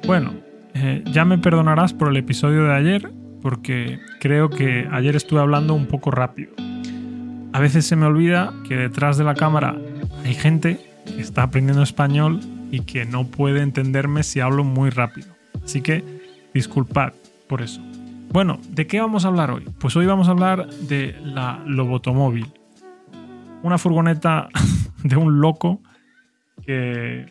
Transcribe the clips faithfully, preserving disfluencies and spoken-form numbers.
Bueno, eh, ya me perdonarás por el episodio de ayer, porque creo que ayer estuve hablando un poco rápido. A veces se me olvida que detrás de la cámara hay gente que está aprendiendo español y que no puede entenderme si hablo muy rápido. Así que disculpad por eso. Bueno, ¿de qué vamos a hablar hoy? Pues hoy vamos a hablar de la Lobotomóvil. Una furgoneta de un loco que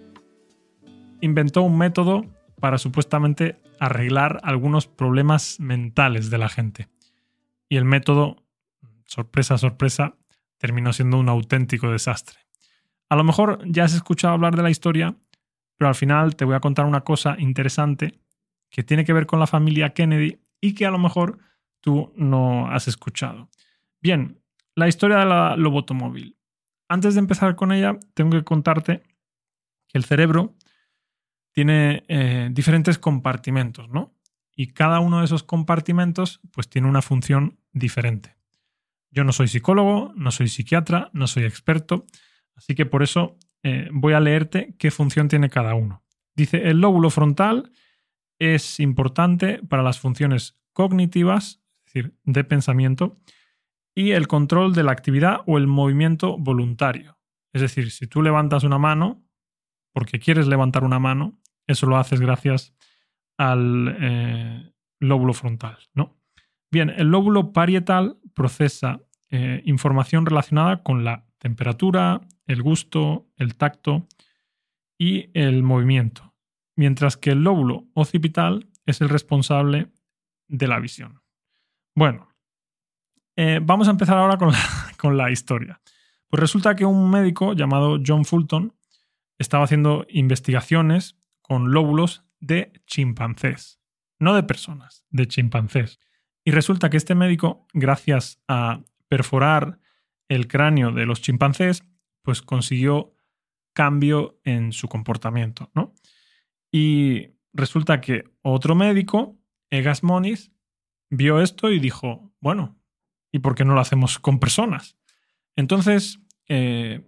inventó un método para supuestamente arreglar algunos problemas mentales de la gente. Y el método, sorpresa, sorpresa, terminó siendo un auténtico desastre. A lo mejor ya has escuchado hablar de la historia, pero al final te voy a contar una cosa interesante que tiene que ver con la familia Kennedy y que a lo mejor tú no has escuchado. Bien, la historia de la Lobotomóvil. Antes de empezar con ella, tengo que contarte que el cerebro tiene eh, diferentes compartimentos, ¿no? Y cada uno de esos compartimentos pues tiene una función diferente. Yo no soy psicólogo, no soy psiquiatra, no soy experto, así que por eso eh, voy a leerte qué función tiene cada uno. Dice, el lóbulo frontal es importante para las funciones cognitivas, es decir, de pensamiento, y el control de la actividad o el movimiento voluntario. Es decir, si tú levantas una mano, porque quieres levantar una mano, eso lo haces gracias al eh, lóbulo frontal, ¿no? Bien, el lóbulo parietal procesa eh, información relacionada con la temperatura, el gusto, el tacto y el movimiento, mientras que el lóbulo occipital es el responsable de la visión. Bueno, eh, vamos a empezar ahora con la, con la historia. Pues resulta que un médico llamado John Fulton estaba haciendo investigaciones con lóbulos de chimpancés, no de personas, de chimpancés. Y resulta que este médico, gracias a perforar el cráneo de los chimpancés, pues consiguió cambio en su comportamiento, ¿no? Y resulta que otro médico, Egas Moniz, vio esto y dijo, bueno, ¿y por qué no lo hacemos con personas? Entonces eh,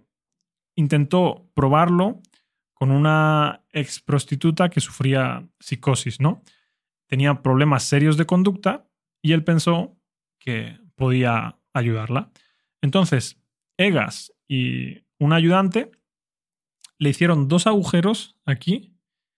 intentó probarlo con una ex prostituta que sufría psicosis, ¿no? Tenía problemas serios de conducta y él pensó que podía ayudarla. Entonces, Egas y un ayudante le hicieron dos agujeros aquí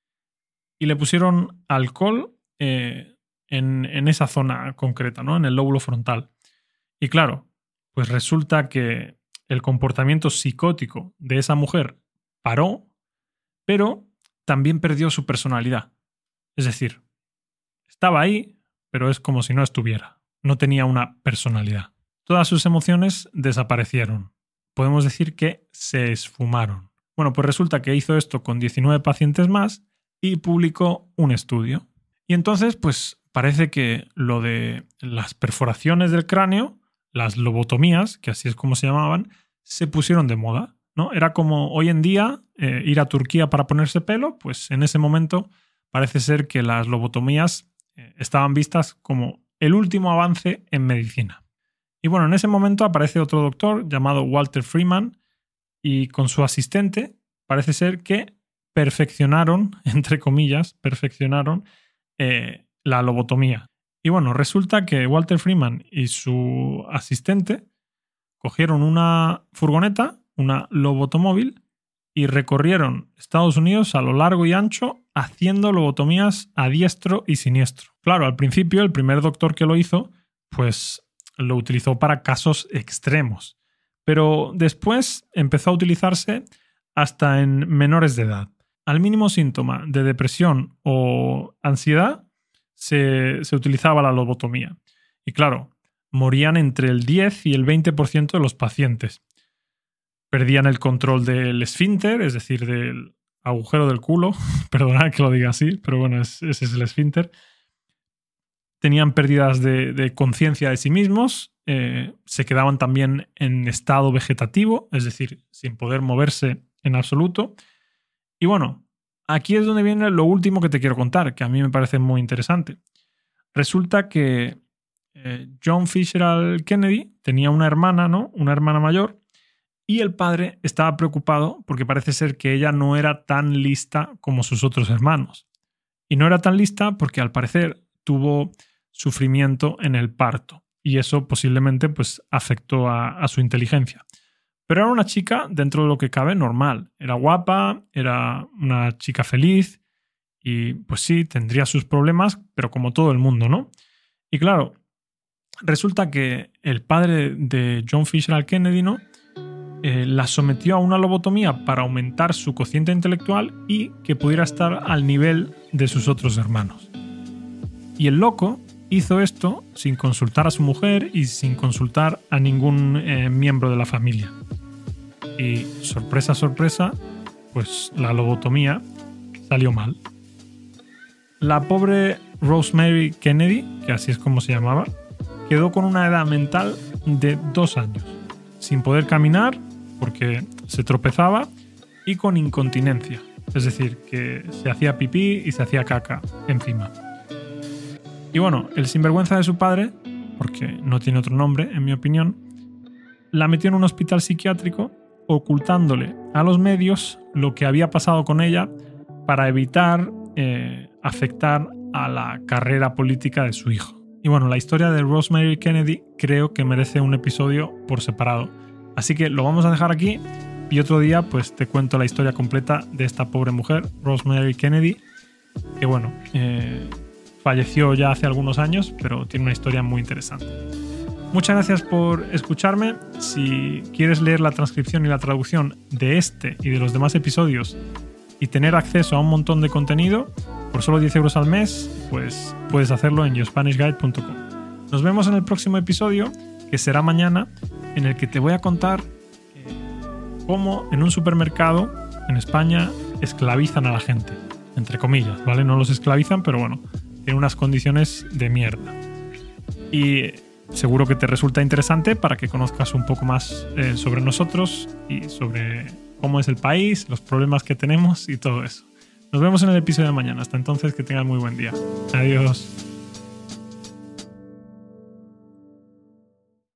y le pusieron alcohol eh, en, en esa zona concreta, ¿no? En el lóbulo frontal. Y claro, pues resulta que el comportamiento psicótico de esa mujer paró, pero también perdió su personalidad. Es decir, estaba ahí, pero es como si no estuviera. No tenía una personalidad. Todas sus emociones desaparecieron. Podemos decir que se esfumaron. Bueno, pues resulta que hizo esto con diecinueve pacientes más y publicó un estudio. Y entonces, pues parece que lo de las perforaciones del cráneo, las lobotomías, que así es como se llamaban, se pusieron de moda, ¿no? Era como hoy en día eh, ir a Turquía para ponerse pelo, pues en ese momento parece ser que las lobotomías eh, estaban vistas como el último avance en medicina. Y bueno, en ese momento aparece otro doctor llamado Walter Freeman y con su asistente parece ser que perfeccionaron, entre comillas, perfeccionaron eh, la lobotomía. Y bueno, resulta que Walter Freeman y su asistente cogieron una furgoneta, una lobotomóvil, y recorrieron Estados Unidos a lo largo y ancho haciendo lobotomías a diestro y siniestro. Claro, al principio el primer doctor que lo hizo, pues lo utilizó para casos extremos, pero después empezó a utilizarse hasta en menores de edad. Al mínimo síntoma de depresión o ansiedad se, se utilizaba la lobotomía. Y claro, morían entre el diez y el veinte por ciento de los pacientes. Perdían el control del esfínter, es decir, del agujero del culo. Perdonad que lo diga así, pero bueno, es, ese es el esfínter. Tenían pérdidas de, de conciencia de sí mismos. Eh, se quedaban también en estado vegetativo, es decir, sin poder moverse en absoluto. Y bueno, aquí es donde viene lo último que te quiero contar, que a mí me parece muy interesante. Resulta que eh, John Fitzgerald Kennedy tenía una hermana, ¿no? Una hermana mayor, y el padre estaba preocupado porque parece ser que ella no era tan lista como sus otros hermanos. Y no era tan lista porque al parecer tuvo sufrimiento en el parto y eso posiblemente pues, afectó a, a su inteligencia. Pero era una chica, dentro de lo que cabe, normal. Era guapa, era una chica feliz y pues sí, tendría sus problemas, pero como todo el mundo, ¿no? Y claro, resulta que el padre de John Fitzgerald Kennedy, ¿no? Eh, la sometió a una lobotomía para aumentar su cociente intelectual y que pudiera estar al nivel de sus otros hermanos. Y el loco hizo esto sin consultar a su mujer y sin consultar a ningún eh, miembro de la familia. Y sorpresa, sorpresa, pues la lobotomía salió mal. La pobre Rosemary Kennedy, que así es como se llamaba, quedó con una edad mental de dos años, sin poder caminar porque se tropezaba y con incontinencia, es decir, que se hacía pipí y se hacía caca encima. Y bueno, el sinvergüenza de su padre, porque no tiene otro nombre, en mi opinión, la metió en un hospital psiquiátrico ocultándole a los medios lo que había pasado con ella para evitar eh, afectar a la carrera política de su hijo. Y bueno, la historia de Rosemary Kennedy creo que merece un episodio por separado. Así que lo vamos a dejar aquí y otro día pues te cuento la historia completa de esta pobre mujer, Rosemary Kennedy, que bueno, eh, falleció ya hace algunos años, pero tiene una historia muy interesante. Muchas gracias por escucharme. Si quieres leer la transcripción y la traducción de este y de los demás episodios y tener acceso a un montón de contenido por solo diez euros al mes, pues puedes hacerlo en your spanish guide punto com. Nos vemos en el próximo episodio, que será mañana, en el que te voy a contar eh, cómo en un supermercado en España esclavizan a la gente, entre comillas, ¿vale? No los esclavizan, pero bueno, tienen unas condiciones de mierda. Y seguro que te resulta interesante para que conozcas un poco más eh, sobre nosotros y sobre cómo es el país, los problemas que tenemos y todo eso. Nos vemos en el episodio de mañana. Hasta entonces, que tengas muy buen día. Adiós.